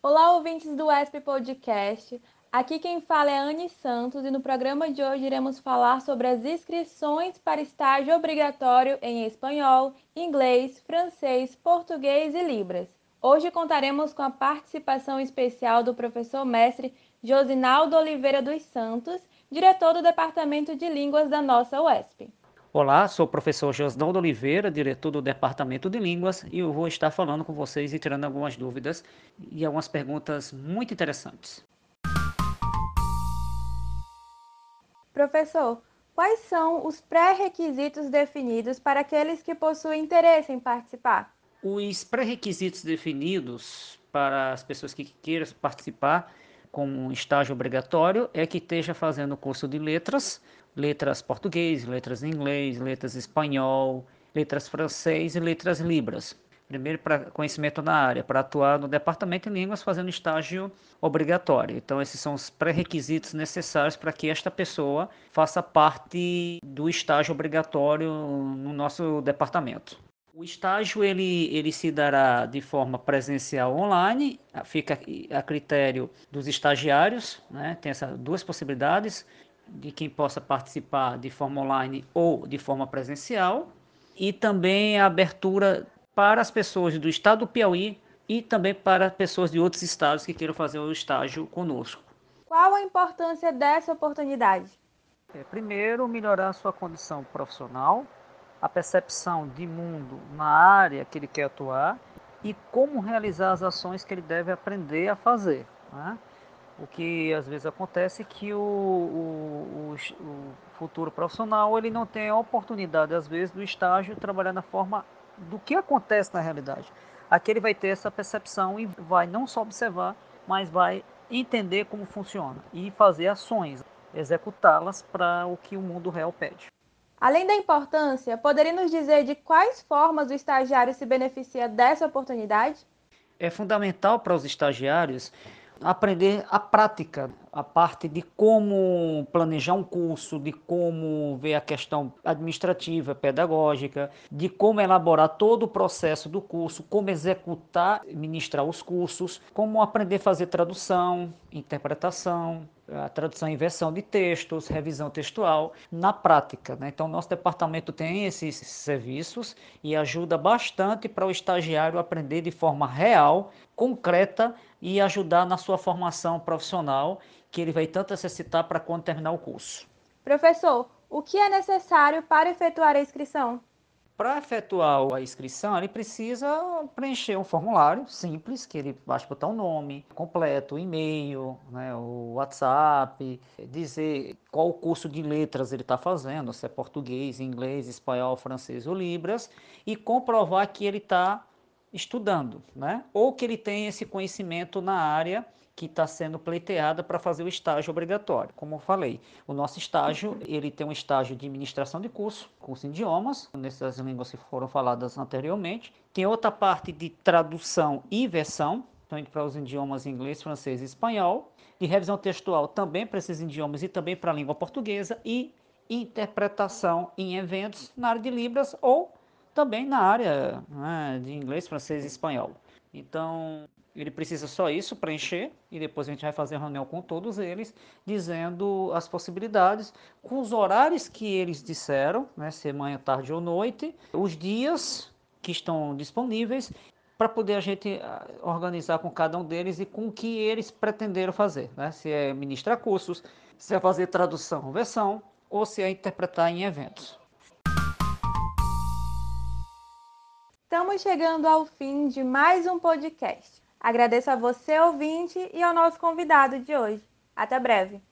Olá, ouvintes do ESP Podcast. Aqui quem fala é Anne Santos e no programa de hoje iremos falar sobre as inscrições para estágio obrigatório em espanhol, inglês, francês, português e libras. Hoje contaremos com a participação especial do professor mestre Josinaldo Oliveira dos Santos, diretor do Departamento de Línguas da nossa UESP. Olá, sou o professor Josinaldo Oliveira, diretor do Departamento de Línguas, e eu vou estar falando com vocês e tirando algumas dúvidas e algumas perguntas muito interessantes. Professor, quais são os pré-requisitos definidos para aqueles que possuem interesse em participar? Os pré-requisitos definidos para as pessoas que queiram participar com um estágio obrigatório é que esteja fazendo o curso de letras português, letras inglês, letras espanhol, letras francês e letras libras. Primeiro, para conhecimento na área, para atuar no Departamento de Línguas fazendo estágio obrigatório. Então, esses são os pré-requisitos necessários para que esta pessoa faça parte do estágio obrigatório no nosso departamento. O estágio ele se dará de forma presencial online, fica a critério dos estagiários, né? Tem essas duas possibilidades de quem possa participar de forma online ou de forma presencial, e também a abertura para as pessoas do estado do Piauí e também para pessoas de outros estados que queiram fazer o estágio conosco. Qual a importância dessa oportunidade? Primeiro, melhorar a sua condição profissional, a percepção de mundo na área que ele quer atuar e como realizar as ações que ele deve aprender a fazer, né? O que às vezes acontece é que o futuro profissional ele não tem a oportunidade, às vezes, do estágio trabalhar na forma do que acontece na realidade. Aqui ele vai ter essa percepção e vai não só observar, mas vai entender como funciona e fazer ações, executá-las para o que o mundo real pede. Além da importância, poderia nos dizer de quais formas o estagiário se beneficia dessa oportunidade? É fundamental para os estagiários aprender a prática, a parte de como planejar um curso, de como ver a questão administrativa, pedagógica, de como elaborar todo o processo do curso, como executar e ministrar os cursos, como aprender a fazer tradução, interpretação, a tradução e inversão de textos, revisão textual, na prática, né? Então, nosso departamento tem esses serviços e ajuda bastante para o estagiário aprender de forma real, concreta e ajudar na sua formação profissional, que ele vai tanto necessitar para quando terminar o curso. Professor, o que é necessário para efetuar a inscrição? Para efetuar a inscrição, ele precisa preencher um formulário simples, que ele basta botar o nome completo, o e-mail, né, o WhatsApp, dizer qual curso de letras ele está fazendo, se é português, inglês, espanhol, francês ou libras, e comprovar que ele está estudando, né? Ou que ele tem esse conhecimento na área que está sendo pleiteada para fazer o estágio obrigatório. Como eu falei, o nosso estágio, ele tem um estágio de administração de curso em idiomas, nessas línguas que foram faladas anteriormente. Tem outra parte de tradução e versão, então para os idiomas inglês, francês e espanhol. De revisão textual também para esses idiomas e também para a língua portuguesa. E interpretação em eventos na área de Libras ou também na área, né, de inglês, francês e espanhol. Então, ele precisa só isso preencher e depois a gente vai fazer uma reunião com todos eles, dizendo as possibilidades, com os horários que eles disseram, né, se é manhã, tarde ou noite, os dias que estão disponíveis, para poder a gente organizar com cada um deles e com o que eles pretenderam fazer, né? Se é ministrar cursos, se é fazer tradução, versão, ou se é interpretar em eventos. Estamos chegando ao fim de mais um podcast. Agradeço a você, ouvinte, e ao nosso convidado de hoje. Até breve!